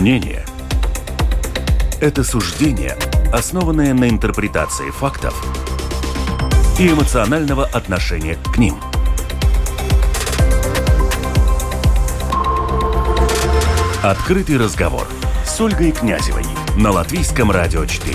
Мнение – это суждение, основанное на интерпретации фактов и эмоционального отношения к ним. Открытый разговор с Ольгой Князевой на Латвийском радио 4.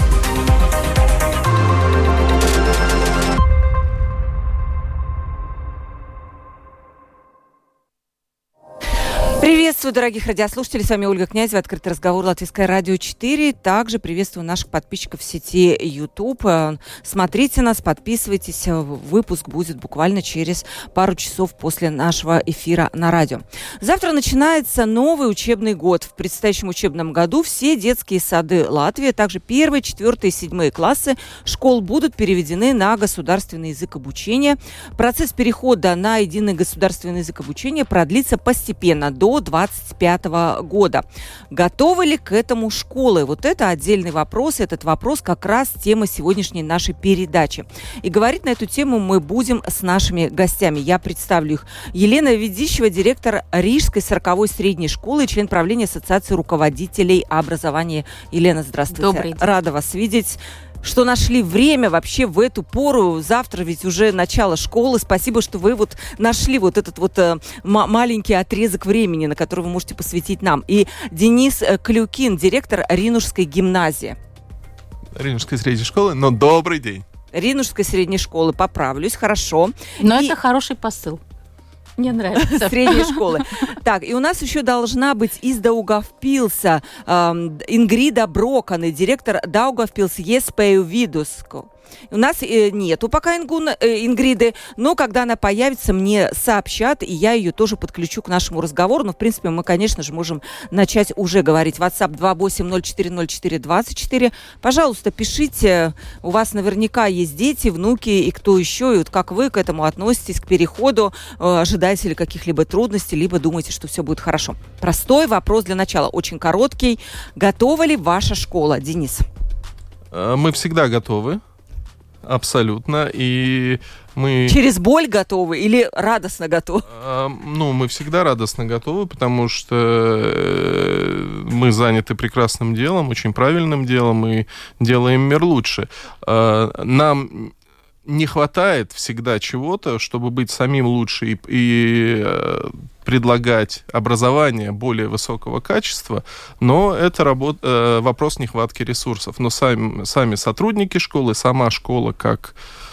Приветствую, дорогих радиослушателей. С вами Ольга Князева, «Открытый разговор», Латвийское радио 4. Также приветствую наших подписчиков в сети YouTube. Смотрите нас, подписывайтесь. Выпуск будет буквально через пару часов после нашего эфира на радио. Завтра начинается новый учебный год. В предстоящем учебном году все детские сады Латвии, также 1, 4 и 7 классы школ будут переведены на государственный язык обучения. Процесс перехода на единый государственный язык обучения продлится постепенно до 2025 года. Готовы ли к этому школы? Вот это отдельный вопрос. Этот вопрос как раз тема сегодняшней нашей передачи. И говорить на эту тему мы будем с нашими гостями. Я представлю их. Елена Ведищева, директор Рижской 40-й средней школы, член правления Ассоциации руководителей образования. Елена, здравствуйте. Добрый день. Рада вас видеть. Что нашли время вообще в эту пору. Завтра ведь уже начало школы. Спасибо, что вы вот нашли вот этот вот маленький отрезок времени, на который вы можете посвятить нам. И Денис Клюкин, директор Ринушской гимназии. Ринушской средней школы, но добрый день. Ринушской средней школы, поправлюсь, хорошо. Но это хороший посыл. Мне нравится. Средней школы. Так, и у нас еще должна быть из Даугавпилса Ингрида Броканы, директор Даугавпилс Еспею Видуску. У нас нету пока Ингриды, но когда она появится, мне сообщат, и я ее тоже подключу к нашему разговору. Но, в принципе, мы, конечно же, можем начать уже говорить. WhatsApp 28040424. Пожалуйста, пишите. У вас наверняка есть дети, внуки и кто еще. И вот как вы к этому относитесь, к переходу? Ожидаете ли каких-либо трудностей, либо думаете, что все будет хорошо? Простой вопрос для начала, очень короткий. Готова ли ваша школа, Денис? Мы всегда готовы. Абсолютно. И мы... Через боль готовы или радостно готовы? Мы всегда радостно готовы, потому что мы заняты прекрасным делом, очень правильным делом, и делаем мир лучше. Нам не хватает всегда чего-то, чтобы быть самим лучше и предлагать образование более высокого качества, но это вопрос нехватки ресурсов. Но сами сотрудники школы, сама школа как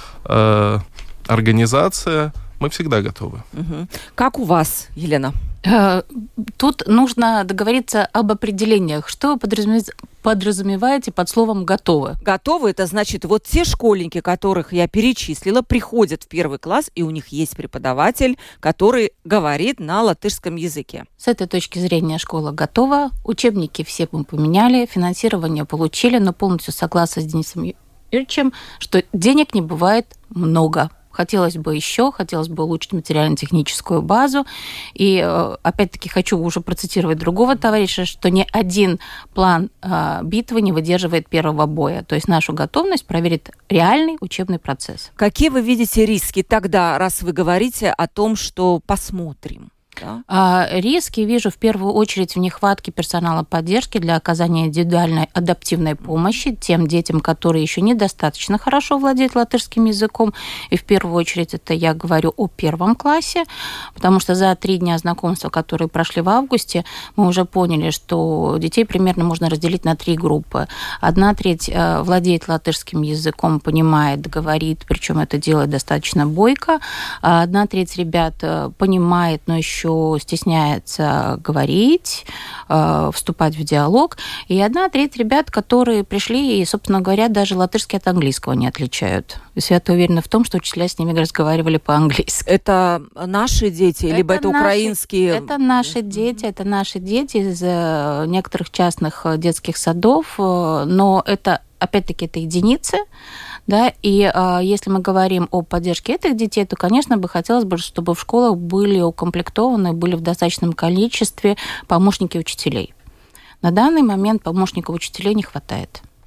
организация, мы всегда готовы. Угу. Как у вас, Елена? Тут нужно договориться об определениях. Что вы подразумеваете под словом «готовы»? Готовы – это значит, вот те школьники, которых я перечислила, приходят в 1 класс, и у них есть преподаватель, который говорит на латышском языке. С этой точки зрения школа готова. Учебники все мы поменяли, финансирование получили, но полностью согласна с Денисом Юрьевичем, что денег не бывает много. Хотелось бы улучшить материально-техническую базу. И, опять-таки, хочу уже процитировать другого товарища, что ни один план битвы не выдерживает первого боя. То есть нашу готовность проверит реальный учебный процесс. Какие вы видите риски тогда, раз вы говорите о том, что посмотрим? Да? Риски вижу в первую очередь в нехватке персонала поддержки для оказания индивидуальной адаптивной помощи тем детям, которые еще недостаточно хорошо владеют латышским языком. И в первую очередь это я говорю о 1 классе, потому что за 3 дня знакомства, которые прошли в августе, мы уже поняли, что детей примерно можно разделить на 3 группы. 1/3 владеет латышским языком, понимает, говорит, причем это делает достаточно бойко. 1/3 ребят понимает, но еще стесняется говорить, вступать в диалог. И 1/3 ребят, которые пришли и, собственно говоря, даже латышский от английского не отличают. Свято уверена в том, что учителя с ними разговаривали по-английски. Это наши дети, либо это украинские? Это наши дети из некоторых частных детских садов, но это, опять-таки, это единицы. Да, и если мы говорим о поддержке этих детей, то, конечно, хотелось бы, чтобы в школах были укомплектованы, были в достаточном количестве помощники учителей. На данный момент помощников учителей не хватает.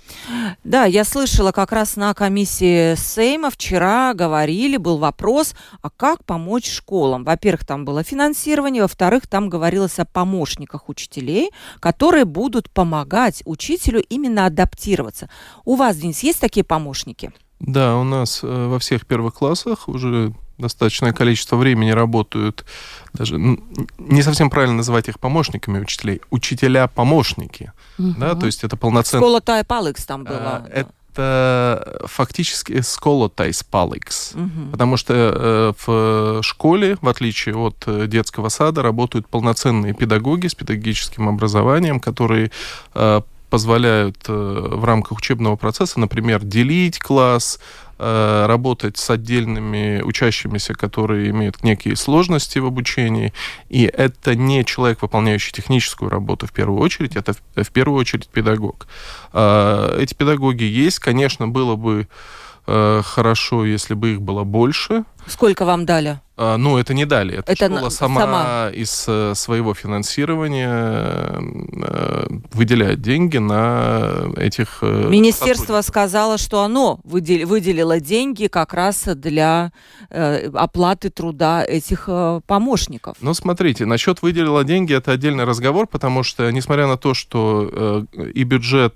Да, я слышала, как раз на комиссии Сейма вчера говорили, был вопрос, а как помочь школам? Во-первых, там было финансирование, во-вторых, там говорилось о помощниках учителей, которые будут помогать учителю именно адаптироваться. У вас, Денис, есть такие помощники? Да, у нас во всех первых классах уже достаточное количество времени работают, даже не совсем правильно называть их помощниками учителей, учителя-помощники. Да, то есть это полноценный... Сколотая паликс там была. Это фактически сколотайс паликс, потому что в школе, в отличие от детского сада, работают полноценные педагоги с педагогическим образованием, которые позволяют в рамках учебного процесса, например, делить класс, работать с отдельными учащимися, которые имеют некие сложности в обучении. И это не человек, выполняющий техническую работу в первую очередь, это в первую очередь педагог. Эти педагоги есть. Конечно, было бы хорошо, если бы их было больше. Сколько вам дали? Ну, это не дали. Это школа сама из своего финансирования выделяет деньги на этих Министерство сказало, что оно выделило деньги как раз для оплаты труда этих помощников. Ну, смотрите, насчет выделила деньги, это отдельный разговор, потому что, несмотря на то, что и бюджет...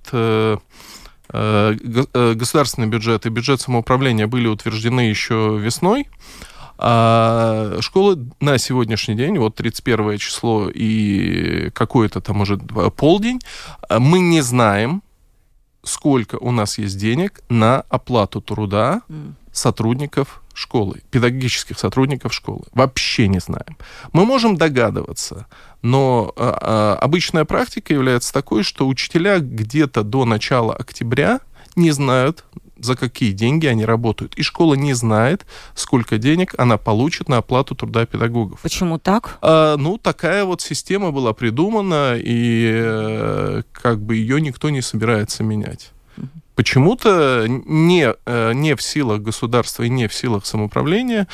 государственный бюджет и бюджет самоуправления были утверждены еще весной, а школы на сегодняшний день, вот 31 число и какой-то там уже полдень, мы не знаем, сколько у нас есть денег на оплату труда сотрудников школы, педагогических сотрудников школы. Вообще не знаем. Мы можем догадываться, но обычная практика является такой, что учителя где-то до начала октября не знают, за какие деньги они работают. И школа не знает, сколько денег она получит на оплату труда педагогов. Почему так? Ну, такая вот система была придумана, и как бы ее никто не собирается менять. Почему-то не в силах государства и не в силах самоуправления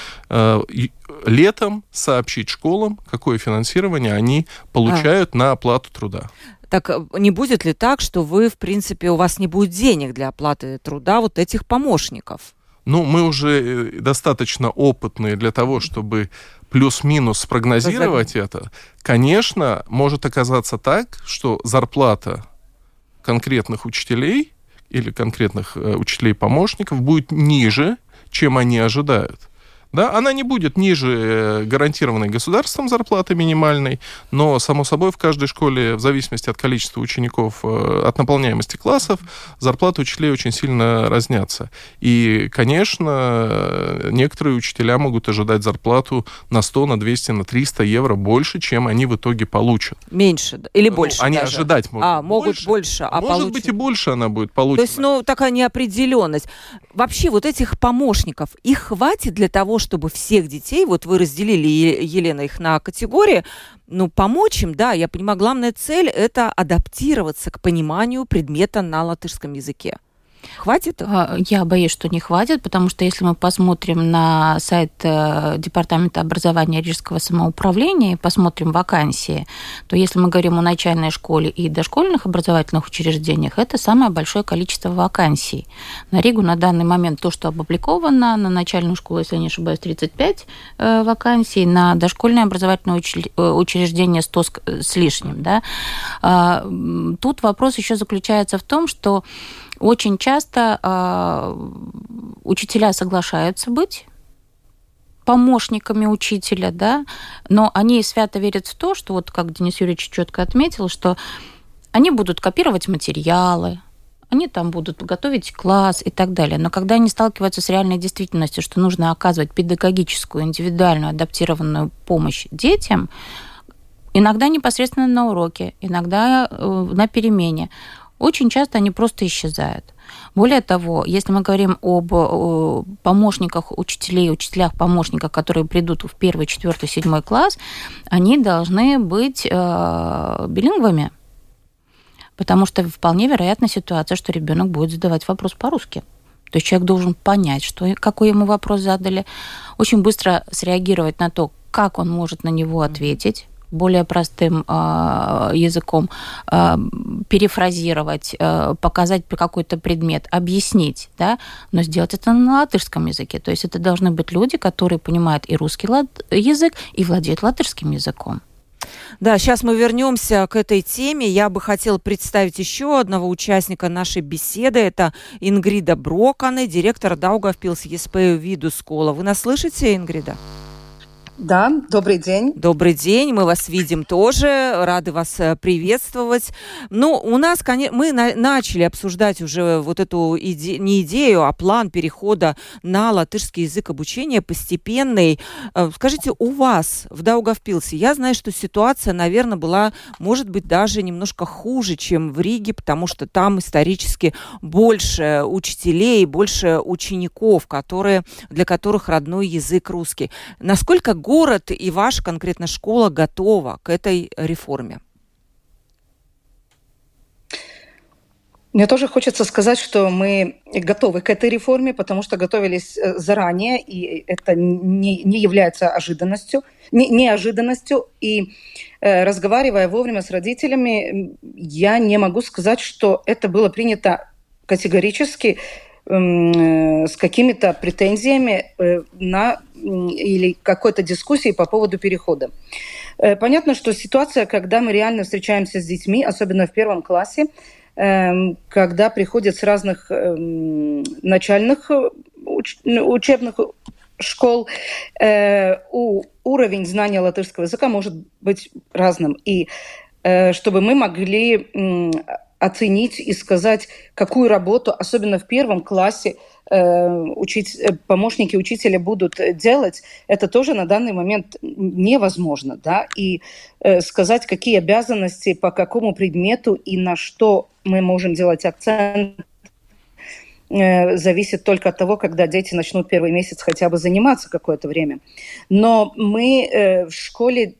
летом сообщить школам, какое финансирование они получают на оплату труда. Так не будет ли так, что вы, в принципе, у вас не будет денег для оплаты труда вот этих помощников? Ну, мы уже достаточно опытные для того, чтобы плюс-минус спрогнозировать это. Конечно, может оказаться так, что зарплата конкретных учителей или конкретных учителей-помощников будет ниже, чем они ожидают. Да, она не будет ниже гарантированной государством зарплаты минимальной, но, само собой, в каждой школе, в зависимости от количества учеников, от наполняемости классов, зарплаты учителей очень сильно разнятся. И, конечно, некоторые учителя могут ожидать зарплату на 100, на 200, на 300 евро больше, чем они в итоге получат. Меньше или больше? Они даже ожидать могут. Могут больше, а может получат... быть, и больше она будет получена. То есть, такая неопределенность. Вообще, вот этих помощников, их хватит для того, чтобы всех детей, вот вы разделили, Елена, их на категории, помочь им, да, я понимаю, главная цель – это адаптироваться к пониманию предмета на латышском языке. Хватит? Я боюсь, что не хватит, потому что если мы посмотрим на сайт Департамента образования Рижского самоуправления и посмотрим вакансии, то если мы говорим о начальной школе и дошкольных образовательных учреждениях, это самое большое количество вакансий. На Ригу на данный момент то, что опубликовано, на начальную школу, если я не ошибаюсь, 35 вакансий, на дошкольное образовательное учреждение 100 с лишним. Да? Тут вопрос еще заключается в том, что очень часто учителя соглашаются быть помощниками учителя, да, но они свято верят в то, что, вот как Денис Юрьевич четко отметил, что они будут копировать материалы, они там будут готовить класс и так далее. Но когда они сталкиваются с реальной действительностью, что нужно оказывать педагогическую, индивидуальную, адаптированную помощь детям, иногда непосредственно на уроке, иногда на перемене, очень часто они просто исчезают. Более того, если мы говорим об помощниках учителей, учителях-помощниках, которые придут в 1, 4, 7 класс, они должны быть билингвами, потому что вполне вероятна ситуация, что ребенок будет задавать вопрос по-русски. То есть человек должен понять, какой ему вопрос задали, очень быстро среагировать на то, как он может на него ответить, более простым языком, перефразировать, показать какой-то предмет, объяснить, да, но сделать это на латышском языке. То есть это должны быть люди, которые понимают и русский язык, и владеют латышским языком. Да, сейчас мы вернемся к этой теме. Я бы хотела представить еще одного участника нашей беседы. Это Ингрида Брокане, директор Даугавпилс ЕСП Видускола. Вы нас слышите, Ингрида? Да, добрый день. Добрый день, мы вас видим тоже, рады вас приветствовать. Ну, у нас, мы начали обсуждать уже вот эту не идею, а план перехода на латышский язык обучения постепенный. Скажите, у вас в Даугавпилсе, я знаю, что ситуация, наверное, была, может быть, даже немножко хуже, чем в Риге, потому что там исторически больше учителей, больше учеников, для которых родной язык русский. Насколько город и ваша конкретно школа готова к этой реформе? Мне тоже хочется сказать, что мы готовы к этой реформе, потому что готовились заранее, и это не является неожиданностью. И разговаривая вовремя с родителями, я не могу сказать, что это было принято категорически с какими-то претензиями или какой-то дискуссией по поводу перехода. Понятно, что ситуация, когда мы реально встречаемся с детьми, особенно в первом классе, когда приходят с разных начальных учебных школ, уровень знания латышского языка может быть разным. И чтобы мы могли оценить и сказать, какую работу, особенно в первом классе, помощники учителя будут делать, это тоже на данный момент невозможно. Да? И сказать, какие обязанности, по какому предмету и на что мы можем делать акцент, зависит только от того, когда дети начнут первый месяц хотя бы заниматься какое-то время. Но мы в школе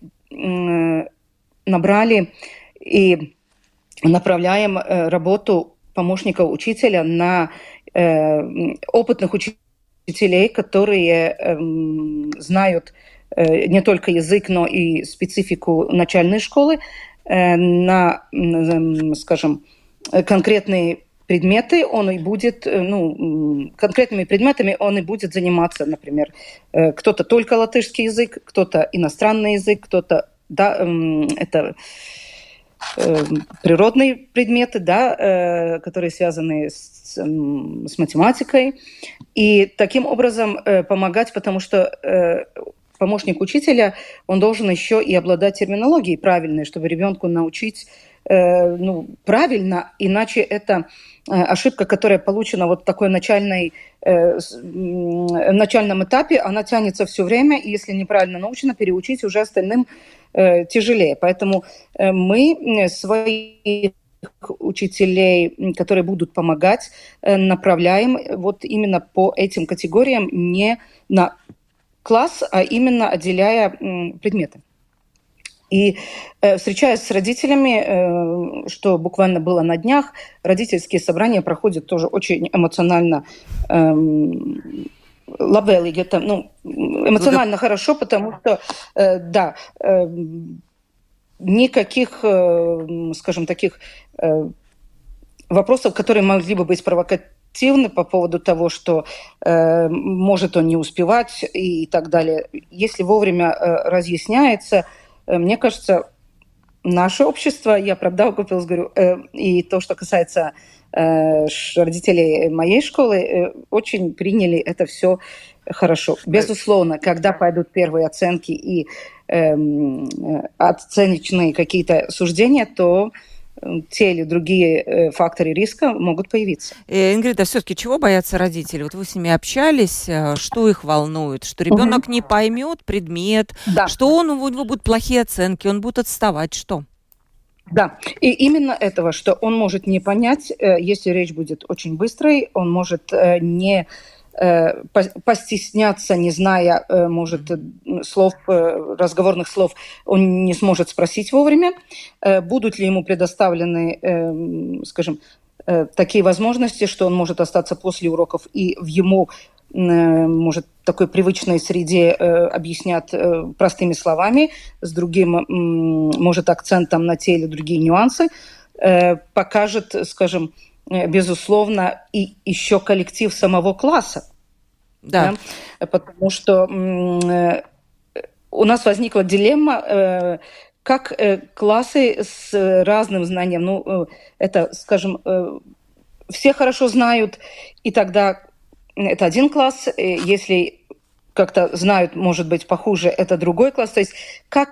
набрали и направляем работу помощника учителя на опытных учителей, которые знают не только язык, но и специфику начальной школы, на, скажем, конкретные предметы он и будет, конкретными предметами он и будет заниматься, например, кто-то только латышский язык, кто-то иностранный язык, кто-то, это природные предметы, да, которые связаны с математикой. И таким образом помогать, потому что помощник учителя, он должен еще и обладать терминологией правильной, чтобы ребенку научить правильно, иначе это ошибка, которая получена вот в такой начальном этапе, она тянется все время, и если неправильно научена, переучить уже остальным тяжелее. Поэтому мы своих учителей, которые будут помогать, направляем вот именно по этим категориям, не на класс, а именно отделяя предметы. И встречаясь с родителями, что буквально было на днях, родительские собрания проходят тоже очень эмоционально, лабелīgi, это эмоционально хорошо, потому что, никаких, скажем, таких вопросов, которые могли бы быть провокативны по поводу того, что может он не успевать и так далее. Если вовремя разъясняется, мне кажется, наше общество, я про Даугавпилс говорю, и то, что касается родителей моей школы, очень приняли это все хорошо. Безусловно, когда пойдут первые оценки и оценочные какие-то суждения, то те или другие факторы риска могут появиться. Ингрида, все-таки чего боятся родители? Вот вы с ними общались, что их волнует? Что ребенок не поймет предмет, что у него будут плохие оценки, он будет отставать, что? Да, и именно этого, что он может не понять, если речь будет очень быстрой, он может не постесняться, не зная, может, слов, разговорных слов, он не сможет спросить вовремя, будут ли ему предоставлены, скажем, такие возможности, что он может остаться после уроков и в ему, может, такой привычной среде объяснят простыми словами, с другим, может, акцентом на те или другие нюансы, покажет, скажем, безусловно, и еще коллектив самого класса. Да. Да? Потому что у нас возникла дилемма, как классы с разным знанием, это, скажем, все хорошо знают, и тогда это один класс, если как-то знают, может быть, похуже, это другой класс. То есть как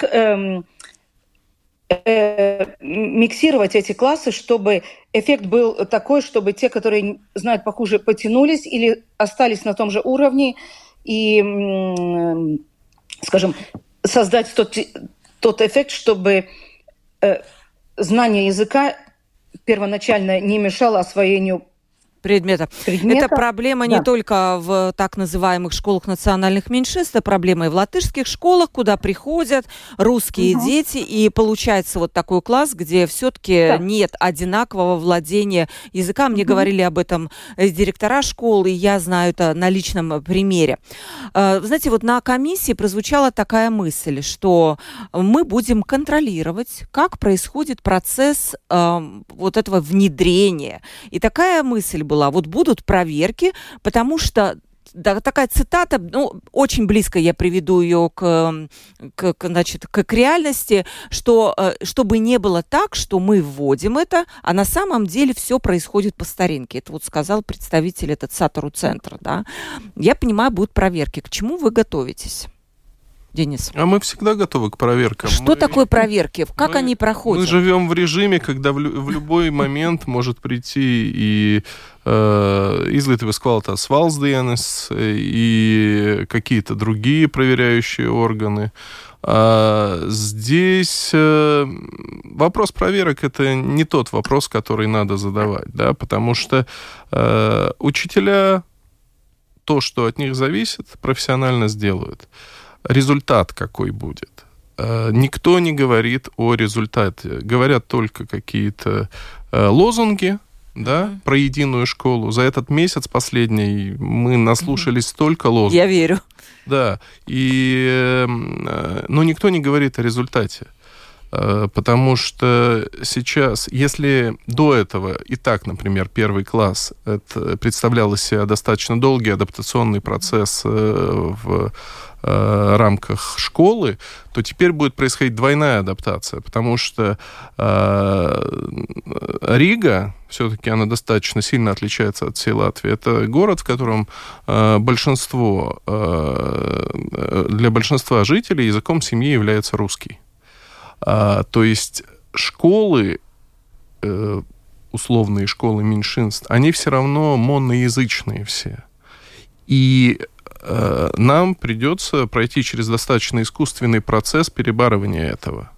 миксировать эти классы, чтобы эффект был такой, чтобы те, которые знают похуже, потянулись или остались на том же уровне, и, скажем, создать тот эффект, чтобы знание языка первоначально не мешало освоению предмета. Это проблема не только в так называемых школах национальных меньшинств, это проблема и в латышских школах, куда приходят русские дети, и получается вот такой класс, где все-таки нет одинакового владения языка. Мне говорили об этом директора школ, и я знаю это на личном примере. Знаете, вот на комиссии прозвучала такая мысль, что мы будем контролировать, как происходит процесс вот этого внедрения. И такая мысль была, вот будут проверки, потому что такая цитата, очень близко я приведу ее к реальности, что чтобы не было так, что мы вводим это, а на самом деле все происходит по старинке. Это вот сказал представитель этот Сатуру-центра. Да? Я понимаю, будут проверки. К чему вы готовитесь? Денис. А мы всега готовы к проверкам. Что такое проверки? Как они проходят? Мы живем в режиме, когда в любой момент может прийти и Izglītības kvalitātes valstsdienas, и какие-то другие проверяющие органы. Здесь вопрос проверок – это не тот вопрос, который надо задавать, да, потому что учителя то, что от них зависит, профессионально сделают. Результат какой будет? Никто не говорит о результате. Говорят только какие-то лозунги, да, про единую школу. За этот месяц последний мы наслушались столько лозунгов. Я верю. Да. Но никто не говорит о результате. Потому что сейчас, если до этого и так, например, первый класс это представлял из себя достаточно долгий адаптационный процесс в рамках школы, то теперь будет происходить двойная адаптация, потому что Рига, все-таки она достаточно сильно отличается от всей Латвии. Это город, в котором для большинства жителей языком семьи является русский. То есть школы, условные школы меньшинств, они все равно моноязычные все. И нам придется пройти через достаточно искусственный процесс перебарывания этого.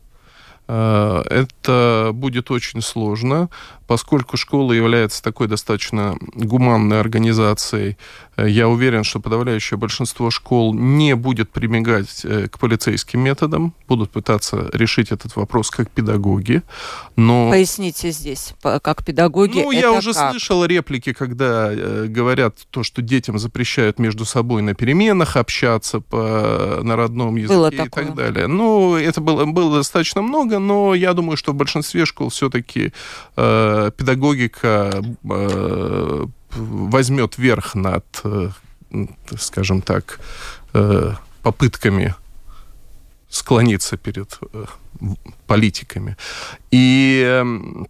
Это будет очень сложно, поскольку школа является такой достаточно гуманной организацией. Я уверен, что подавляющее большинство школ не будет прибегать к полицейским методам, будут пытаться решить этот вопрос как педагоги. Но... Поясните здесь, как педагоги. Я уже слышал реплики, когда говорят то, что детям запрещают между собой на переменах общаться на родном языке и так далее. Это было достаточно много, но я думаю, что в большинстве школ все-таки педагогика возьмет верх над, скажем так, попытками склониться перед политиками. И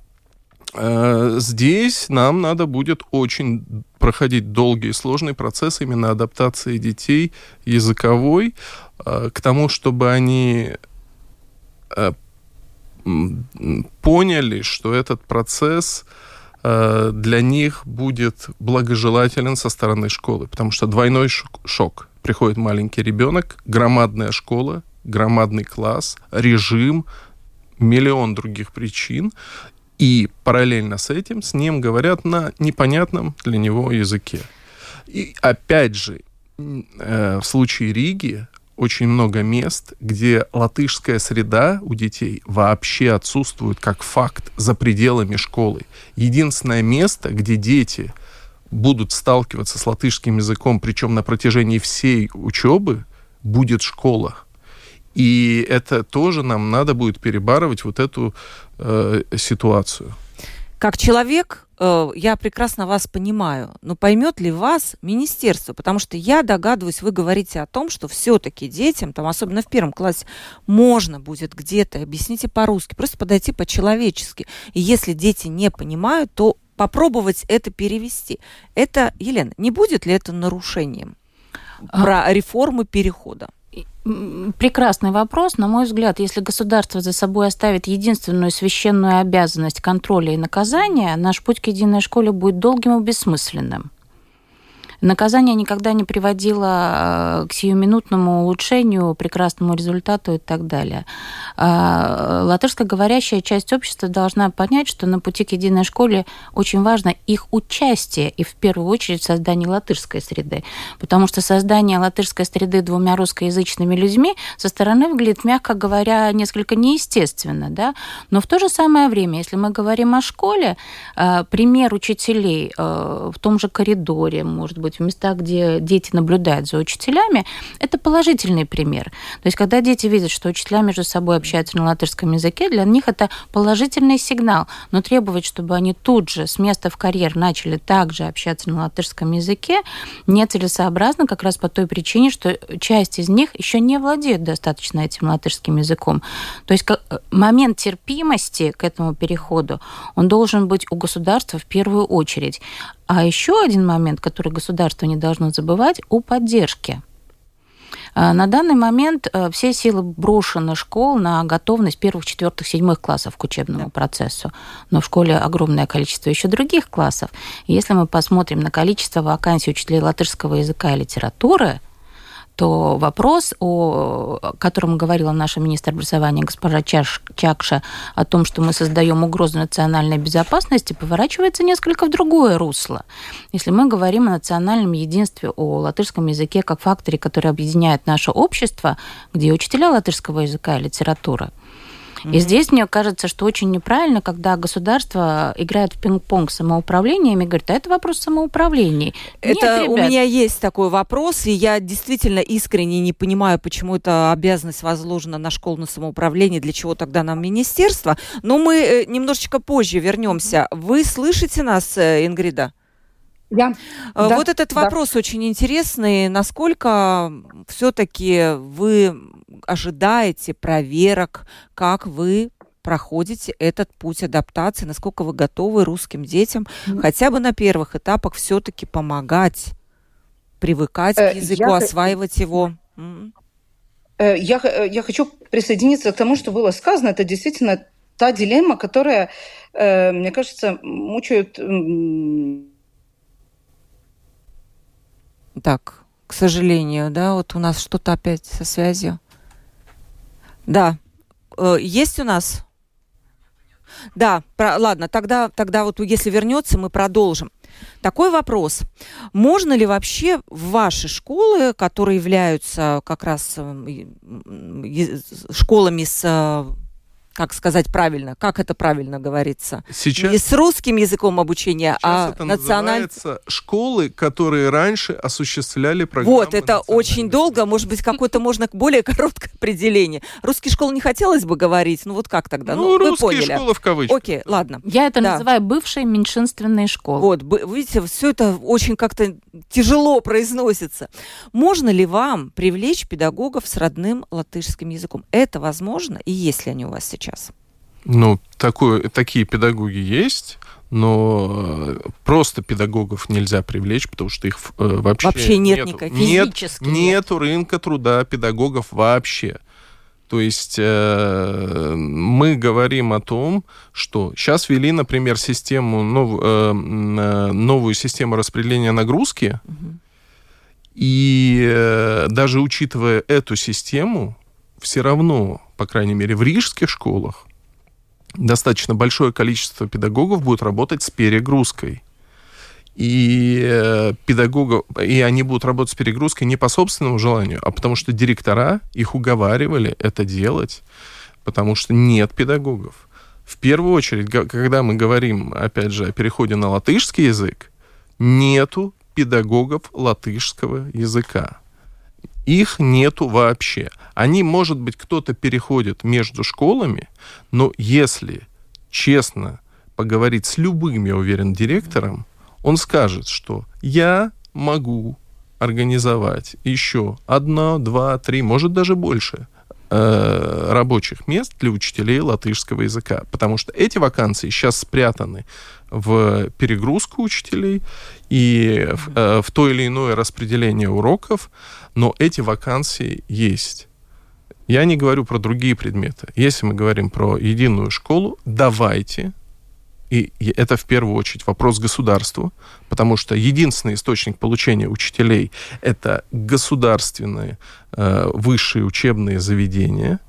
здесь нам надо будет очень проходить долгий и сложный процесс именно адаптации детей языковой к тому, чтобы они поняли, что этот процесс для них будет благожелателен со стороны школы, потому что двойной шок. Приходит маленький ребенок, громадная школа, громадный класс, режим, миллион других причин, и параллельно с этим с ним говорят на непонятном для него языке. И опять же, в случае Риги очень много мест, где латышская среда у детей вообще отсутствует как факт за пределами школы. Единственное место, где дети будут сталкиваться с латышским языком, причем на протяжении всей учебы, будет школа. И это тоже нам надо будет перебарывать вот эту ситуацию. Как человек, я прекрасно вас понимаю, но поймет ли вас министерство? Потому что я догадываюсь, вы говорите о том, что все-таки детям, там, особенно в 1 классе, можно будет где-то, объясните по-русски, просто подойти по-человечески. И если дети не понимают, то попробовать это перевести. Это, Елена, не будет ли это нарушением про реформы перехода? Прекрасный вопрос. На мой взгляд, если государство за собой оставит единственную священную обязанность контроля и наказания, наш путь к единой школе будет долгим и бессмысленным. Наказание никогда не приводило к сиюминутному улучшению, прекрасному результату и так далее. Латышскоговорящая часть общества должна понять, что на пути к единой школе очень важно их участие, и в первую очередь в создании латышской среды. Потому что создание латышской среды 2 русскоязычными людьми со стороны выглядит, мягко говоря, несколько неестественно. Да? Но в то же самое время, если мы говорим о школе, пример учителей в том же коридоре, может быть, в местах, где дети наблюдают за учителями, это положительный пример. То есть, когда дети видят, что учителя между собой общаются на латышском языке, для них это положительный сигнал. Но требовать, чтобы они тут же с места в карьер начали также общаться на латышском языке, нецелесообразно как раз по той причине, что часть из них еще не владеет достаточно этим латышским языком. То есть, момент терпимости к этому переходу, он должен быть у государства в первую очередь. А еще один момент, который государство не должно забывать, о поддержке. На данный момент все силы брошены школ на готовность 1, 4, 7 классов к учебному процессу. Но в школе огромное количество еще других классов. И если мы посмотрим на количество вакансий учителей латышского языка и литературы, то вопрос, о котором говорила наша министр образования госпожа Чакша, о том, что мы создаем угрозу национальной безопасности, поворачивается несколько в другое русло. Если мы говорим о национальном единстве, о латышском языке как факторе, который объединяет наше общество, где учителя латышского языка и литературы. И здесь мне кажется, что очень неправильно, когда государство играет в пинг-понг с самоуправлением и говорит, а это вопрос самоуправления. Это у меня есть такой вопрос, и я действительно искренне не понимаю, почему эта обязанность возложена на школу, на самоуправление, для чего тогда нам министерство. Но мы немножечко позже вернемся. Вы слышите нас, Ингрида? Да. Вот этот вопрос очень интересный. Насколько все-таки вы ожидаете проверок, как вы проходите этот путь адаптации, насколько вы готовы русским детям хотя бы на первых этапах все-таки помогать, привыкать к языку, осваивать его? Я хочу присоединиться к тому, что было сказано. Это действительно та дилемма, которая, мне кажется, мучает... Так, к сожалению, да, вот у нас что-то опять со связью. Да, есть у нас? Да, ладно, тогда вот если вернется, мы продолжим. Такой вопрос. Можно ли вообще в ваши школы, которые являются как раз школами с... Как сказать правильно? Как это правильно говорится? Сейчас... Не с русским языком обучения, а национальным. Называется школы, которые раньше осуществляли программы. Вот, это очень долго, может быть, какое-то можно более короткое определение. Русские школы не хотелось бы говорить, ну вот как тогда? Ну, вы русские поняли. Школы в кавычках. Окей, ладно. Я это называю бывшие меньшинственные школы. Вот, видите, все это очень как-то тяжело произносится. Можно ли вам привлечь педагогов с родным латышским языком? Это возможно? И есть ли они у вас сейчас? Ну, такие педагоги есть, но просто педагогов нельзя привлечь, потому что их вообще нет никаких. Нету рынка труда педагогов вообще. То есть мы говорим о том, что сейчас ввели, например, новую систему распределения нагрузки, и даже учитывая эту систему, все равно, по крайней мере, в рижских школах достаточно большое количество педагогов будет работать с перегрузкой. и педагогов, и они будут работать с перегрузкой не по собственному желанию, а потому что директора их уговаривали это делать, потому что нет педагогов. В первую очередь, когда мы говорим, опять же, о переходе на латышский язык, нету педагогов латышского языка. Их нету вообще. Они, может быть, кто-то переходит между школами, но если честно поговорить с любым, я уверен, директором, он скажет, что я могу организовать еще 1, 2, 3, может даже больше рабочих мест для учителей латышского языка, потому что эти вакансии сейчас спрятаны в перегрузку учителей и в то или иное распределение уроков, но эти вакансии есть. Я не говорю про другие предметы. Если мы говорим про единую школу, давайте, и это в первую очередь вопрос государству, потому что единственный источник получения учителей – это государственные высшие учебные заведения,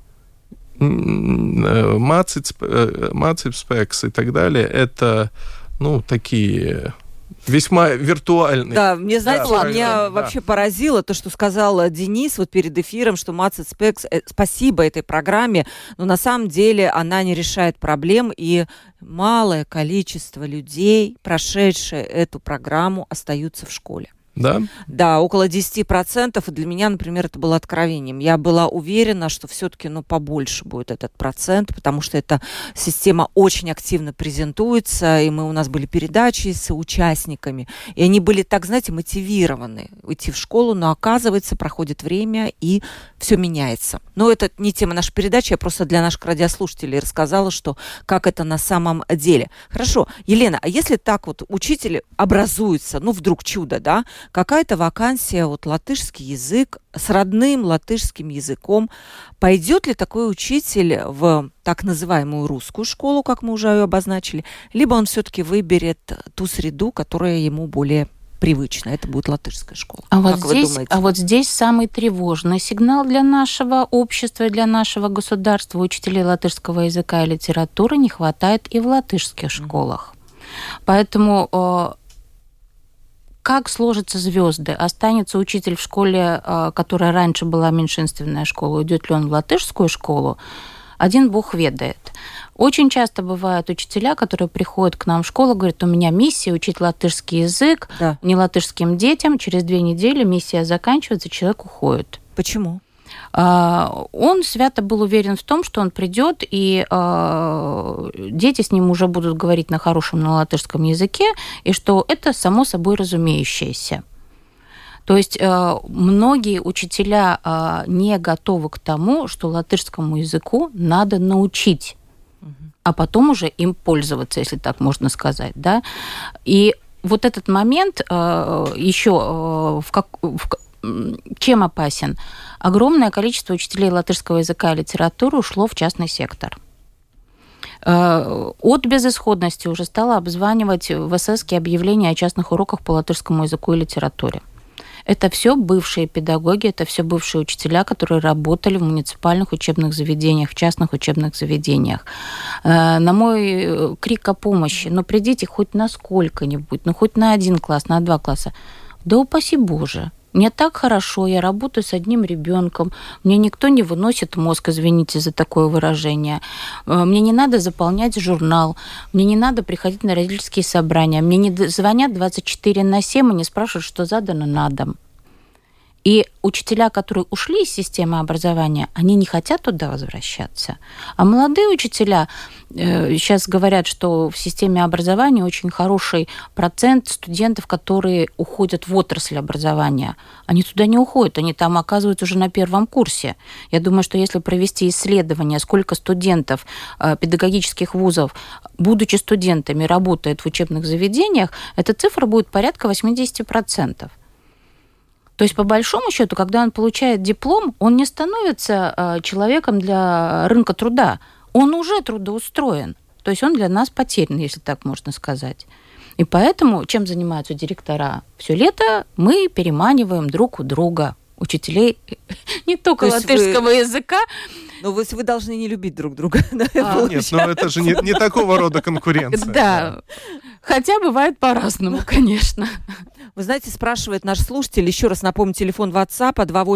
МАЦИПСПЕКС и так далее. Это, такие весьма виртуальные. Да, меня вообще поразило то, что сказал Денис перед эфиром, что МАЦИПСПЕКС, спасибо этой программе, но на самом деле она не решает проблем, и малое количество людей, прошедшие эту программу, остаются в школе. Да? Да, около 10%. И для меня, например, это было откровением. Я была уверена, что все-таки побольше будет этот процент, потому что эта система очень активно презентуется, и у нас были передачи с участниками, и они были так, мотивированы идти в школу, но оказывается, проходит время, и все меняется. Но это не тема нашей передачи, я просто для наших радиослушателей рассказала, как это на самом деле. Хорошо, Елена, а если так учитель образуется, вдруг чудо, да, какая-то вакансия, латышский язык с родным латышским языком. Пойдет ли такой учитель в так называемую русскую школу, как мы уже ее обозначили, либо он все-таки выберет ту среду, которая ему более привычна? Это будет латышская школа. Вот здесь самый тревожный сигнал для нашего общества, для нашего государства. Учителей латышского языка и литературы не хватает и в латышских школах. Поэтому как сложатся звезды? Останется учитель в школе, которая раньше была меньшинственная школа, уйдет ли он в латышскую школу? Один бог ведает. Очень часто бывают учителя, которые приходят к нам в школу, говорят, у меня миссия учить латышский язык, не латышским детям. Через 2 недели миссия заканчивается, человек уходит. Почему? Он свято был уверен в том, что он придет, и дети с ним уже будут говорить на хорошем на латышском языке, и что это само собой разумеющееся. То есть многие учителя не готовы к тому, что латышскому языку надо научить, а потом уже им пользоваться, если так можно сказать, да. И вот этот момент еще чем опасен? Огромное количество учителей латышского языка и литературы ушло в частный сектор. От безысходности уже стало обзванивать в ССке объявления о частных уроках по латышскому языку и литературе. Это все бывшие педагоги, это все бывшие учителя, которые работали в муниципальных учебных заведениях, в частных учебных заведениях. На мой крик о помощи, придите хоть на сколько-нибудь, хоть на 1 класс, на 2 класса. Да упаси Боже. Мне так хорошо, я работаю с одним ребенком, мне никто не выносит мозг, извините за такое выражение. Мне не надо заполнять журнал, мне не надо приходить на родительские собрания, мне не звонят 24/7 и не спрашивают, что задано на дом. И учителя, которые ушли из системы образования, они не хотят туда возвращаться. А молодые учителя, сейчас говорят, что в системе образования очень хороший процент студентов, которые уходят в отрасль образования. Они туда не уходят, они там оказываются уже на 1 курсе. Я думаю, что если провести исследование, сколько студентов педагогических вузов, будучи студентами, работает в учебных заведениях, эта цифра будет порядка 80%. То есть, по большому счету, когда он получает диплом, он не становится человеком для рынка труда. Он уже трудоустроен. То есть он для нас потерян, если так можно сказать. И поэтому чем занимаются директора? Все лето мы переманиваем друг у друга учителей не только латышского языка. Но вы должны не любить друг друга. Нет, это же не такого рода конкуренция. Да. Хотя бывает по-разному, конечно. Вы знаете, спрашивает наш слушатель, еще раз напомню, телефон WhatsApp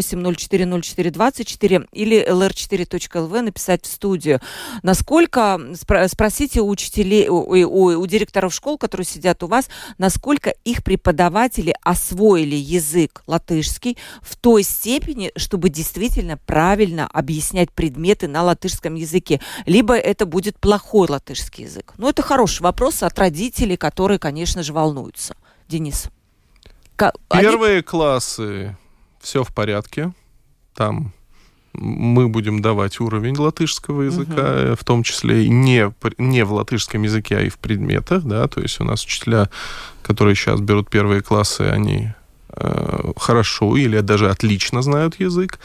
28040424 или lr4.lv написать в студию. Насколько, спросите у учителей, у директоров школ, которые сидят у вас, насколько их преподаватели освоили язык латышский в той степени, чтобы действительно правильно объяснять предметы на латышском языке. Либо это будет плохой латышский язык. Ну, это хороший вопрос от родителей, которые, конечно же, волнуются. Денис. Первые классы все в порядке. Там мы будем давать уровень латышского языка, в том числе и не в латышском языке, а и в предметах. Да? То есть у нас учителя, которые сейчас берут первые классы, они хорошо или даже отлично знают язык.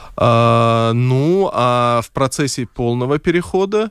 А в процессе полного перехода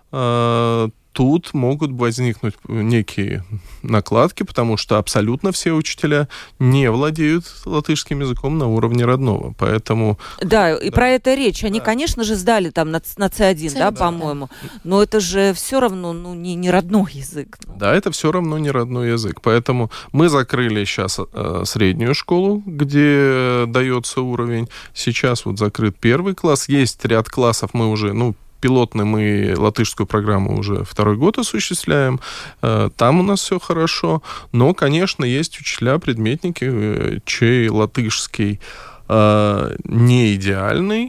тут могут возникнуть некие накладки, потому что абсолютно все учителя не владеют латышским языком на уровне родного, поэтому... Да, и про это речь. Они, конечно же, сдали там на C1, да, по-моему, но это же все равно не родной язык. Да, это все равно не родной язык, поэтому мы закрыли сейчас среднюю школу, где дается уровень, сейчас вот закрыт первый класс, есть ряд классов, мы уже, пилотно мы латышскую программу уже 2-й год осуществляем. Там у нас все хорошо. Но, конечно, есть учителя-предметники, чей латышский не идеальный.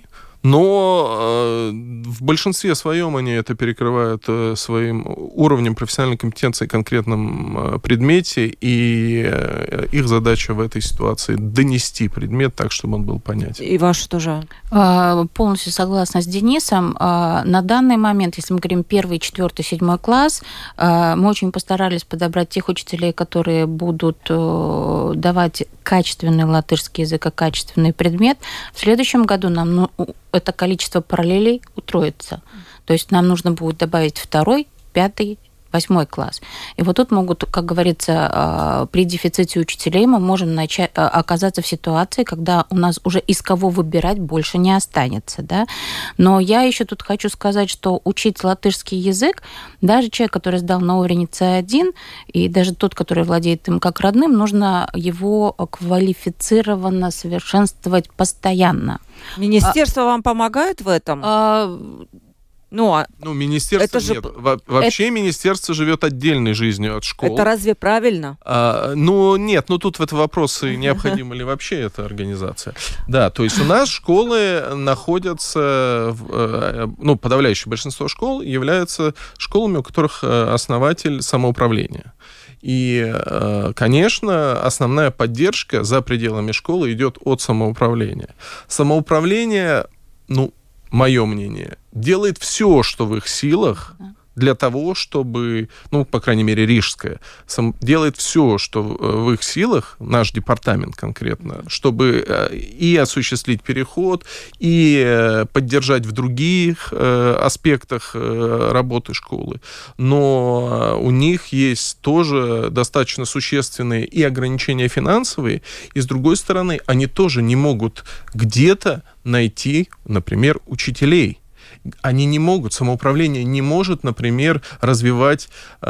Но в большинстве своем они это перекрывают своим уровнем профессиональной компетенции в конкретном предмете, и их задача в этой ситуации донести предмет так, чтобы он был понятен. И ваш тоже? Полностью согласна с Денисом. На данный момент, если мы говорим 1, 4, 7 класс, мы очень постарались подобрать тех учителей, которые будут давать качественный латышский язык, качественный предмет. В следующем году нам это количество параллелей утроится. То есть нам нужно будет добавить 2, 5, 8 класс. И вот тут могут, как говорится, при дефиците учителей мы можем оказаться в ситуации, когда у нас уже из кого выбирать больше не останется. Да? Но я еще тут хочу сказать, что учить латышский язык, даже человек, который сдал на уровне C1, и даже тот, который владеет им как родным, нужно его квалифицированно совершенствовать постоянно. Министерство вам помогает в этом? Министерство нет. Вообще министерство живет отдельной жизнью от школ. Это разве правильно? Нет, тут в этом вопросе, необходима ли вообще эта организация. Да, то есть у нас школы находятся, подавляющее большинство школ являются школами, у которых основатель самоуправления. И, конечно, основная поддержка за пределами школы идет от самоуправления. Самоуправление, мое мнение, делает все, что в их силах, для того, чтобы, по крайней мере, Рижская, делает все, что в их силах, наш департамент конкретно, чтобы и осуществить переход, и поддержать в других аспектах работы школы. Но у них есть тоже достаточно существенные и ограничения финансовые, и, с другой стороны, они тоже не могут где-то найти, например, учителей. Они не могут, самоуправление не может, например, развивать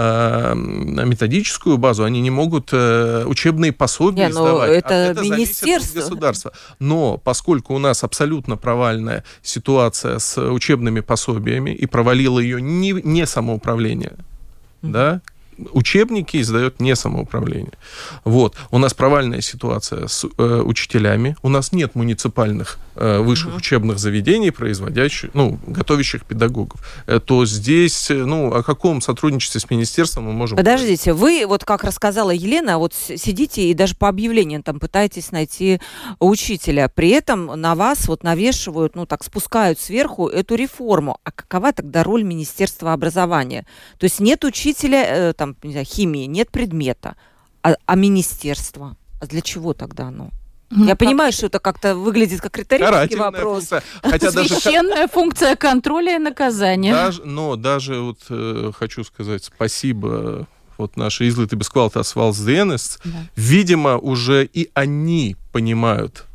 методическую базу, они не могут учебные пособия издавать. Это министерство. Зависит от государства. Но поскольку у нас абсолютно провальная ситуация с учебными пособиями, и провалило ее не самоуправление, да, учебники издает не самоуправление. Вот. У нас провальная ситуация с учителями. У нас нет муниципальных высших учебных заведений, производящих, готовящих педагогов. То здесь, о каком сотрудничестве с министерством мы можем... Подождите, вы, как рассказала Елена, сидите и даже по объявлениям там пытаетесь найти учителя. При этом на вас навешивают, спускают сверху эту реформу. А какова тогда роль Министерства образования? То есть нет учителя, химии, нет предмета, а министерство. А для чего тогда оно? Я понимаю, что это как-то выглядит как риторический вопрос. Священная функция контроля и наказания. Даже хочу сказать спасибо наши излиты бесквалtas valsts dienests. Видимо, уже и они понимают,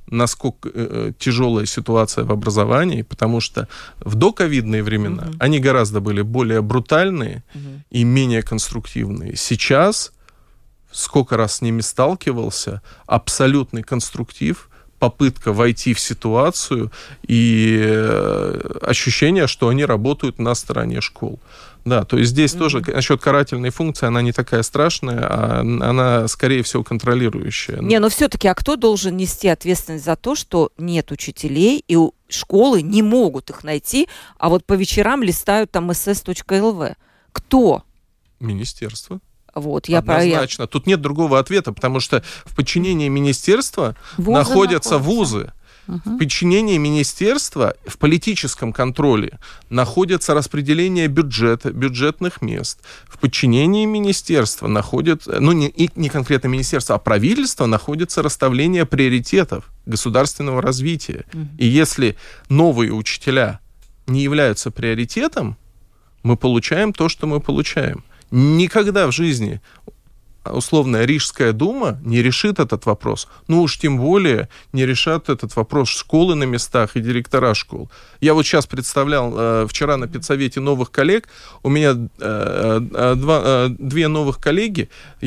насколько тяжелая ситуация в образовании, потому что в доковидные времена они гораздо были более брутальные и менее конструктивные. Сейчас, сколько раз с ними сталкивался, абсолютный конструктив, попытка войти в ситуацию и ощущение, что они работают на стороне школ. Да, то есть здесь тоже насчет карательной функции, она не такая страшная, а она, скорее всего, контролирующая. Но все-таки, а кто должен нести ответственность за то, что нет учителей, и школы не могут их найти, а вот по вечерам листают там ss.lv? Кто? Министерство. Вот, однозначно. Тут нет другого ответа, потому что в подчинении министерства находятся вузы. В подчинении министерства, в политическом контроле находится распределение бюджета, бюджетных мест. В подчинении министерства находится, не конкретно министерство, а правительство, находится расставление приоритетов государственного развития. И если новые учителя не являются приоритетом, мы получаем то, что мы получаем. Никогда в жизни условная Рижская дума не решит этот вопрос. Уж тем более не решат этот вопрос школы на местах и директора школ. Я вот сейчас представлял вчера на педсовете новых коллег. У меня две новых коллеги.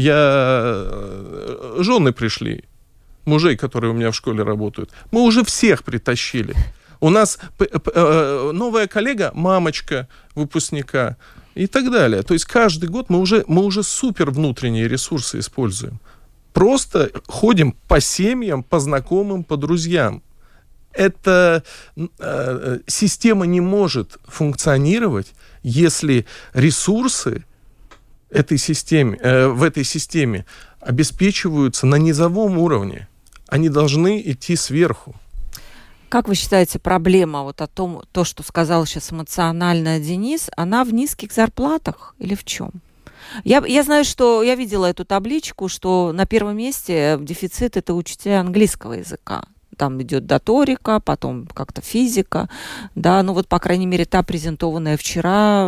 Жены пришли, мужей, которые у меня в школе работают. Мы уже всех притащили. У нас новая коллега, мамочка выпускника, и так далее. То есть каждый год мы уже супер внутренние ресурсы используем. Просто ходим по семьям, по знакомым, по друзьям. Эта система не может функционировать, если ресурсы в этой системе обеспечиваются на низовом уровне. Они должны идти сверху. Как вы считаете, проблема вот о том, то, что сказал сейчас эмоционально Денис, она в низких зарплатах или в чем? Я знаю, что я видела эту табличку, что на первом месте дефицит — это учителя английского языка. Там идет доторика, потом как-то физика, да, по крайней мере, та презентованная вчера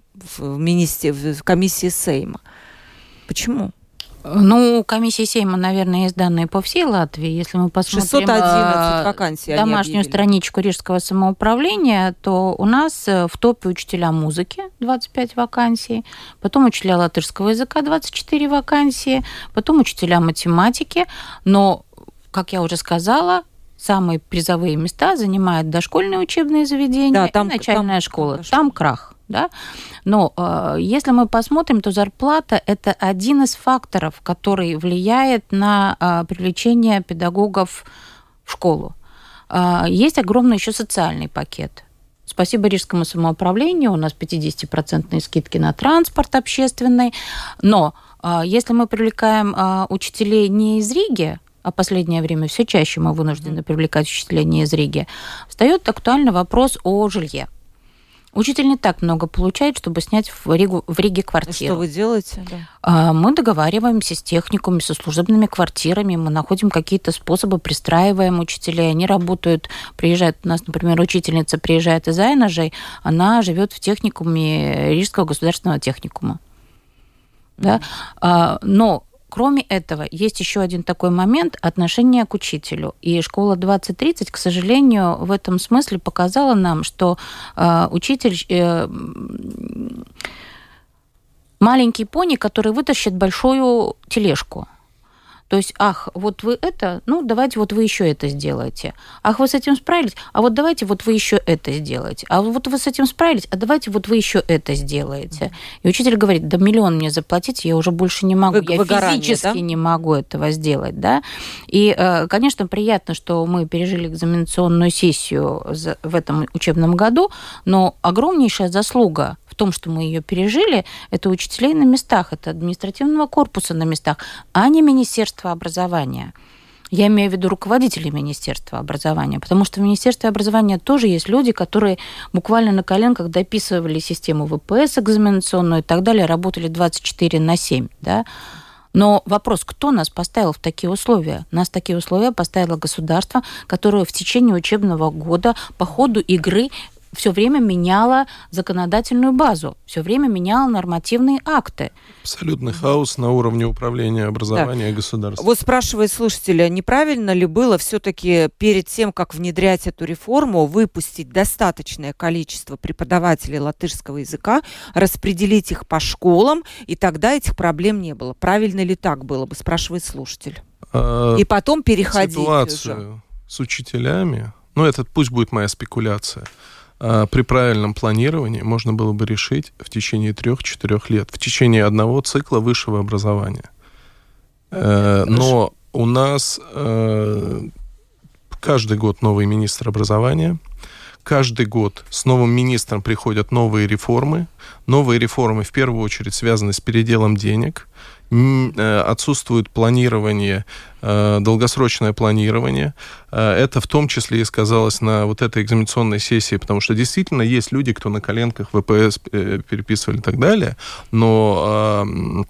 в комиссии Сейма. Почему? Комиссии Сейма, наверное, есть данные по всей Латвии. Если мы посмотрим 611 вакансий домашнюю страничку Рижского самоуправления, то у нас в топе учителя музыки 25 вакансий, потом учителя латышского языка 24 вакансии, потом учителя математики. Но, как я уже сказала, самые призовые места занимают дошкольные учебные заведения и начальная школа. Там крах. Да? Но если мы посмотрим, то зарплата – это один из факторов, который влияет на привлечение педагогов в школу. Есть огромный еще социальный пакет. Спасибо Рижскому самоуправлению, у нас 50% скидки на транспорт общественный. Но если мы привлекаем учителей не из Риги, а последнее время все чаще мы вынуждены привлекать учителей не из Риги, встает актуальный вопрос о жилье. Учитель не так много получает, чтобы снять в Риге квартиру. Что вы делаете? Мы договариваемся с техникумами, со служебными квартирами, мы находим какие-то способы, пристраиваем учителей, они работают, приезжают, у нас, например, учительница приезжает из Айнажей, она живет в техникуме Рижского государственного техникума. Да? Но кроме этого, есть еще один такой момент – отношение к учителю. И школа 2030, к сожалению, в этом смысле показала нам, что учитель маленький пони, который вытащит большую тележку. То есть, вот вы это, давайте вот вы еще это сделаете. Вы с этим справились, вот давайте вот вы еще это сделаете. Вот вы с этим справились, давайте вот вы еще это сделаете. И учитель говорит, да миллион мне заплатите, я уже больше не могу, я физически не могу этого сделать. Да? И, конечно, приятно, что мы пережили экзаменационную сессию в этом учебном году, но огромнейшая заслуга в том, что мы ее пережили, это учителей на местах, это административного корпуса на местах, а не Министерство образования. Я имею в виду руководителей Министерства образования, потому что в Министерстве образования тоже есть люди, которые буквально на коленках дописывали систему ВПС экзаменационную и так далее, работали 24/7. Да? Но вопрос, кто нас поставил в такие условия? Нас в такие условия поставило государство, которое в течение учебного года по ходу игры все время меняла законодательную базу, все время меняла нормативные акты. Абсолютный хаос на уровне управления образования государства. Вот спрашивает слушателя, неправильно ли было все-таки перед тем, как внедрять эту реформу, выпустить достаточное количество преподавателей латышского языка, распределить их по школам, и тогда этих проблем не было. Правильно ли так было бы, спрашивает слушатель. И потом переходить ситуацию уже с учителями, это пусть будет моя спекуляция, при правильном планировании можно было бы решить в течение 3-4 лет, в течение одного цикла высшего образования. Но у нас каждый год новый министр образования, каждый год с новым министром приходят новые реформы. Новые реформы в первую очередь связаны с переделом денег. Отсутствует планирование, долгосрочное планирование. Это в том числе и сказалось на вот этой экзаменационной сессии, потому что действительно есть люди, кто на коленках ВПС переписывали и так далее, но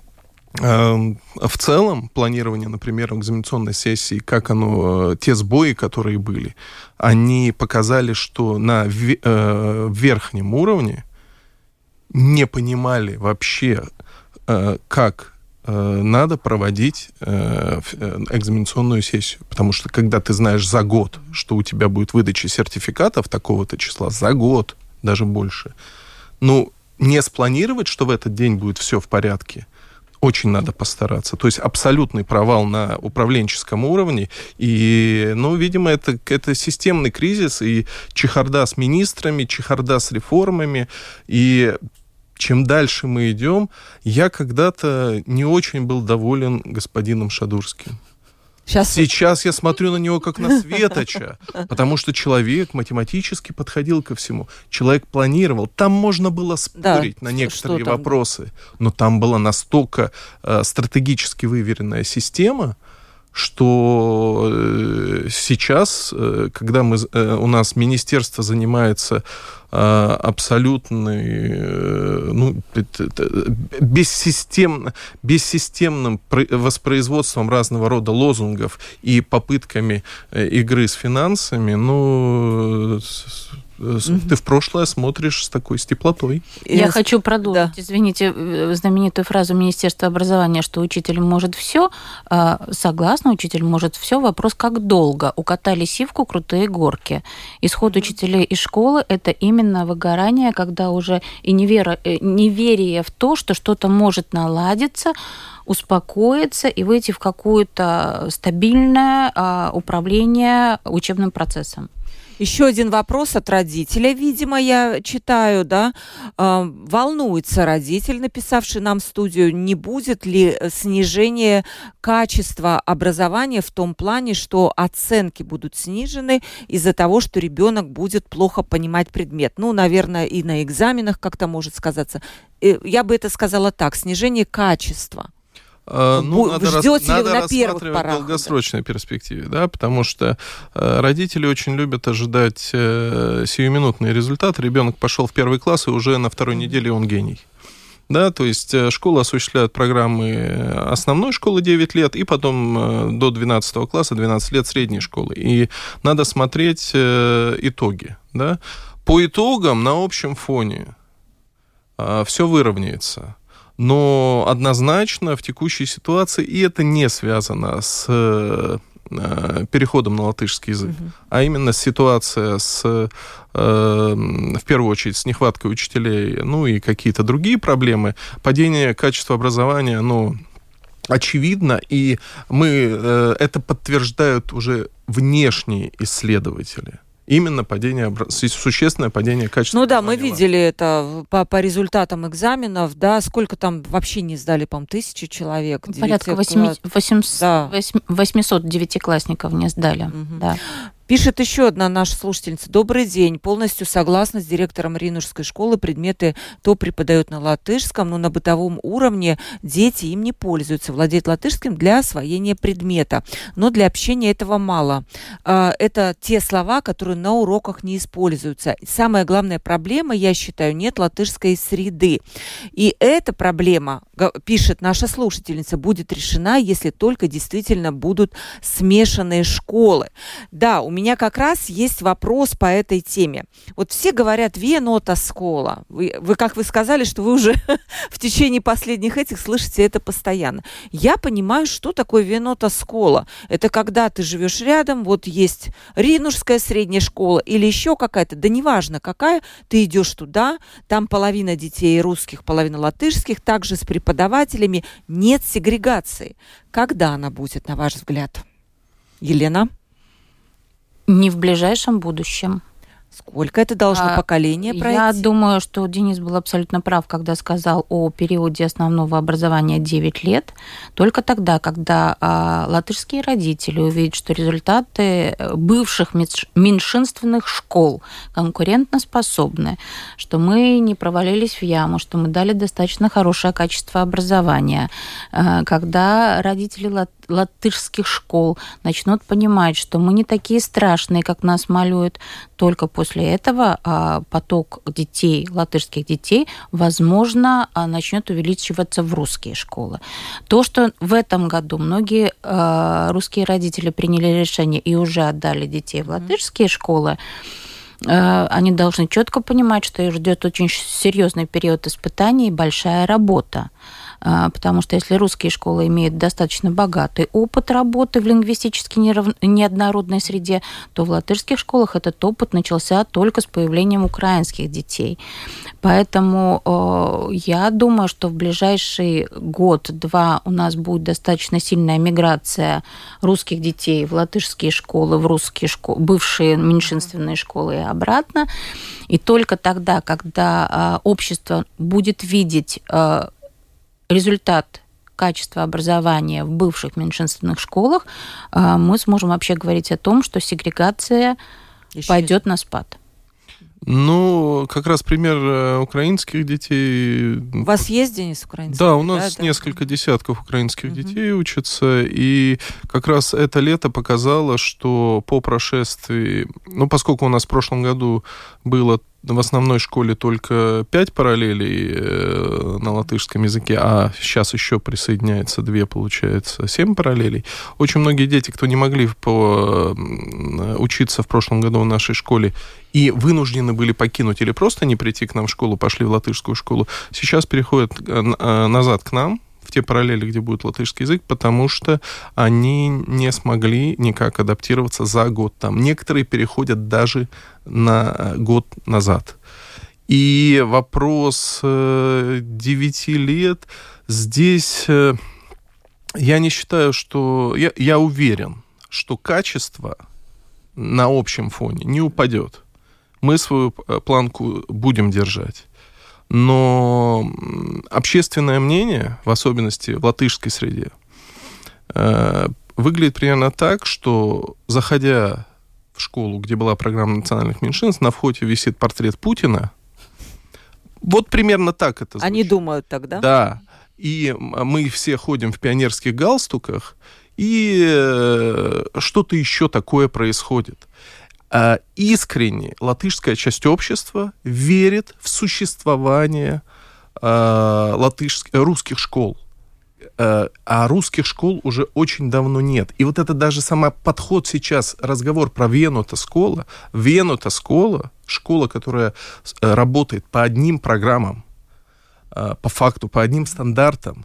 в целом планирование, например, экзаменационной сессии, те сбои, которые были, они показали, что на верхнем уровне не понимали вообще, как надо проводить экзаменационную сессию. Потому что когда ты знаешь за год, что у тебя будет выдача сертификатов такого-то числа, за год, даже больше, не спланировать, что в этот день будет все в порядке, очень надо постараться. То есть абсолютный провал на управленческом уровне. И, видимо, это системный кризис, и чехарда с министрами, чехарда с реформами. И чем дальше мы идем, я когда-то не очень был доволен господином Шадурским. Сейчас я смотрю на него как на светоча, потому что человек математически подходил ко всему. Человек планировал. Там можно было спорить на некоторые вопросы, но там была настолько стратегически выверенная система, что сейчас, когда у нас министерство занимается абсолютным бессистемным воспроизводством разного рода лозунгов и попытками игры с финансами, ты в прошлое смотришь с теплотой. Я хочу продолжить, извините, знаменитую фразу Министерства образования, что учитель может все. Согласна, учитель может все. Вопрос, как долго. Укатали сивку крутые горки. Исход учителей из школы – это именно выгорание, когда уже и неверие в то, что что-то может наладиться, успокоиться и выйти в какое-то стабильное управление учебным процессом. Еще один вопрос от родителя, видимо, я читаю, волнуется родитель, написавший нам в студию, не будет ли снижение качества образования в том плане, что оценки будут снижены из-за того, что ребенок будет плохо понимать предмет. Наверное, и на экзаменах как-то может сказаться. Я бы это сказала так, снижение качества. Надо рассматривать в долгосрочной перспективе, потому что родители очень любят ожидать сиюминутный результат. Ребенок пошел в 1 класс, и уже на 2-й неделе он гений. То есть школы осуществляют программы основной школы 9 лет, и потом до 12 класса 12 лет средней школы. И надо смотреть итоги. По итогам на общем фоне все выровняется. Но однозначно в текущей ситуации, и это не связано с переходом на латышский язык, а именно ситуация в первую очередь с нехваткой учителей, и какие-то другие проблемы, падение качества образования, очевидно, и это подтверждают уже внешние исследователи. Именно существенное падение качества. Мы видели это по результатам экзаменов, сколько там вообще не сдали, по-моему, 1000 человек. Порядка 800 девятиклассников не сдали. Пишет еще одна наша слушательница. Добрый день. Полностью согласна с директором Ринушской школы. Предметы то преподают на латышском, но на бытовом уровне дети им не пользуются. Владеют латышским для освоения предмета. Но для общения этого мало. Это те слова, которые на уроках не используются. Самая главная проблема, я считаю, нет латышской среды. И эта проблема, пишет наша слушательница, будет решена, если только действительно будут смешанные школы. Да, у меня как раз есть вопрос по этой теме. Вот все говорят «венота скола». Вы, как вы сказали, что вы уже в течение последних этих слышите это постоянно. Я понимаю, что такое «венота скола». Это когда ты живешь рядом, вот есть Ринушская средняя школа или еще какая-то, да неважно какая, ты идешь туда, там половина детей русских, половина латышских, также с преподавателями, нет сегрегации. Когда она будет, на ваш взгляд? Елена? Не в ближайшем будущем. Сколько это должно поколение пройти? Я думаю, что Денис был абсолютно прав, когда сказал о периоде основного образования 9 лет. Только тогда, когда латышские родители увидят, что результаты бывших меньшинственных школ конкурентоспособны, что мы не провалились в яму, что мы дали достаточно хорошее качество образования, когда родители латышских школ начнут понимать, что мы не такие страшные, как нас малюют, только после этого поток детей, латышских детей, возможно, начнет увеличиваться в русские школы. То, что в этом году многие русские родители приняли решение и уже отдали детей в латышские школы, они должны четко понимать, что их ждет очень серьезный период испытаний и большая работа. Потому что если русские школы имеют достаточно богатый опыт работы в лингвистически неоднородной среде, то в латышских школах этот опыт начался только с появлением украинских детей. Поэтому я думаю, что в ближайший год-два у нас будет достаточно сильная миграция русских детей в латышские школы, в русские школы, бывшие меньшинственные школы и обратно. И только тогда, когда общество будет видеть результат качества образования в бывших меньшинственных школах, мы сможем вообще говорить о том, что сегрегация пойдет на спад. Ну, как раз пример украинских детей. У вас есть, Денис, украинских? Да, у нас несколько десятков украинских детей учатся, и как раз это лето показало, что по прошествии, поскольку у нас в прошлом году было в основной школе только 5 параллелей на латышском языке, а сейчас еще присоединяется 2, получается, 7 параллелей. Очень многие дети, кто не могли учиться в прошлом году в нашей школе и вынуждены были покинуть или просто не прийти к нам в школу, пошли в латышскую школу, сейчас переходят назад к нам, в те параллели, где будет латышский язык, потому что они не смогли никак адаптироваться за год там. Некоторые переходят даже на год назад. И вопрос 9 лет здесь я не считаю, что... Я уверен, что качество на общем фоне не упадет. Мы свою планку будем держать. Но общественное мнение, в особенности в латышской среде, выглядит примерно так, что, заходя в школу, где была программа национальных меньшинств, на входе висит портрет Путина. Вот примерно так это звучит. Они думают тогда? Да. И мы все ходим в пионерских галстуках, и что-то еще такое происходит. Искренне латышская часть общества верит в существование русских школ. А русских школ уже очень давно нет. И вот это даже сам подход сейчас, разговор про венота скола, школа, которая работает по одним программам, по факту, по одним стандартам,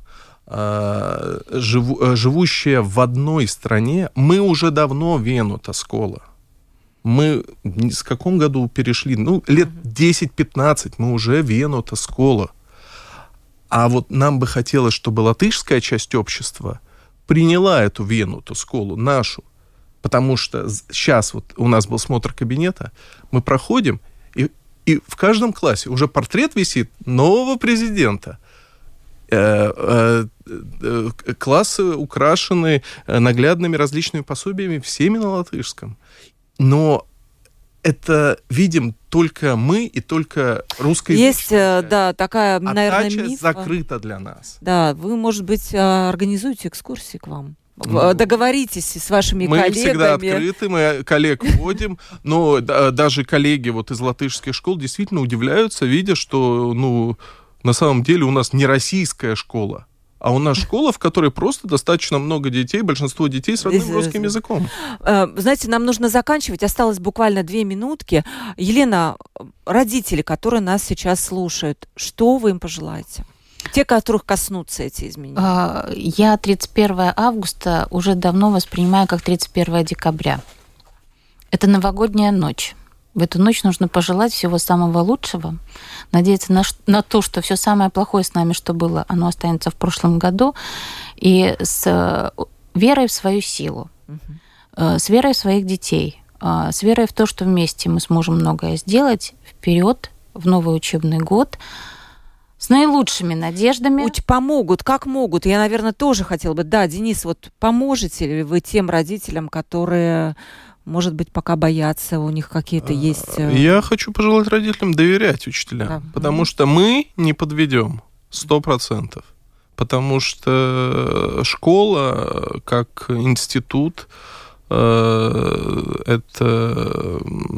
живущая в одной стране, мы уже давно венота скола. Мы в каком году перешли? Лет 10-15 мы уже венота скола. А вот нам бы хотелось, чтобы латышская часть общества приняла эту венуту сколу, нашу. Потому что сейчас вот у нас был смотр кабинета, мы проходим, и в каждом классе уже портрет висит нового президента. Классы украшены наглядными различными пособиями, всеми на латышском. Но это видим только мы и только русскоязычные. Есть, да, такая, наверное, часть закрыта для нас. Да, вы, может быть, организуете экскурсии к вам? Договоритесь с вашими коллегами. Мы всегда открыты, мы коллег вводим, но даже коллеги вот из латышских школ действительно удивляются, видя, что на самом деле у нас не российская школа, А у нас школа, в которой просто достаточно много детей, большинство детей с родным русским языком. Знаете, нам нужно заканчивать. Осталось буквально 2 минутки. Елена, родители, которые нас сейчас слушают, что вы им пожелаете? Те, которых коснутся эти изменения. Я 31 августа уже давно воспринимаю как 31 декабря. Это новогодняя ночь. В эту ночь нужно пожелать всего самого лучшего, надеяться на то, что все самое плохое с нами, что было, оно останется в прошлом году, и с верой в свою силу, с верой в своих детей, с верой в то, что вместе мы сможем многое сделать вперед в новый учебный год, с наилучшими надеждами. Помогут, как могут. Я, наверное, тоже хотела бы... Да, Денис, вот поможете ли вы тем родителям, которые... Может быть, пока боятся, у них какие-то есть... Я хочу пожелать родителям доверять учителям, да. Потому что мы не подведем 100%. Потому что школа, как институт, это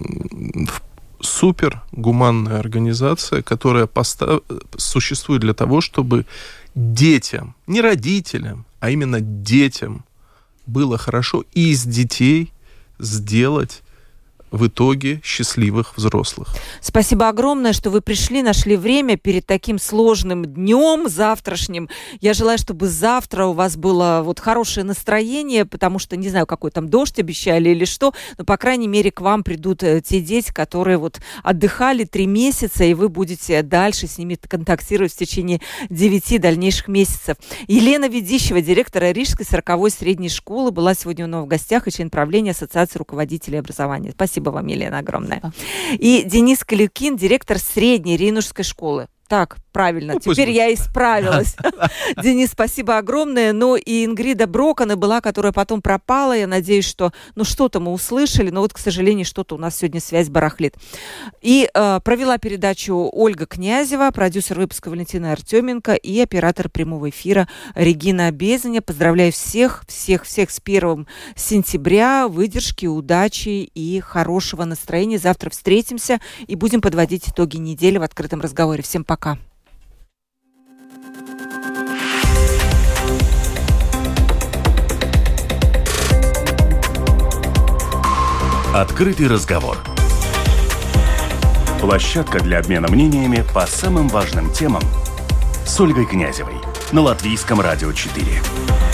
супер гуманная организация, которая существует для того, чтобы детям, не родителям, а именно детям было хорошо, и из детей сделать в итоге счастливых взрослых. Спасибо огромное, что вы пришли, нашли время перед таким сложным днем завтрашним. Я желаю, чтобы завтра у вас было вот хорошее настроение, потому что, не знаю, какой там дождь обещали или что, но, по крайней мере, к вам придут те дети, которые вот отдыхали 3 месяца, и вы будете дальше с ними контактировать в течение 9 дальнейших месяцев. Елена Ведищева, директор Рижской 40-й средней школы, была сегодня у нас в гостях и член правления Ассоциации руководителей образования. Спасибо вам, Елена, огромное. И Денис Калюкин, директор средней Рейнушской школы. Так, правильно, теперь я исправилась. Денис, спасибо огромное. Ну и Ингрида Брокана была, которая потом пропала. Я надеюсь, что что-то мы услышали, но вот, к сожалению, что-то у нас сегодня связь барахлит. И провела передачу Ольга Князева, продюсер выпуска Валентина Артеменко и оператор прямого эфира Регина Безаня. Поздравляю всех с 1 сентября. Выдержки, удачи и хорошего настроения. Завтра встретимся и будем подводить итоги недели в открытом разговоре. Всем пока. Открытый разговор. Площадка для обмена мнениями по самым важным темам с Ольгой Князевой на Латвийском радио 4.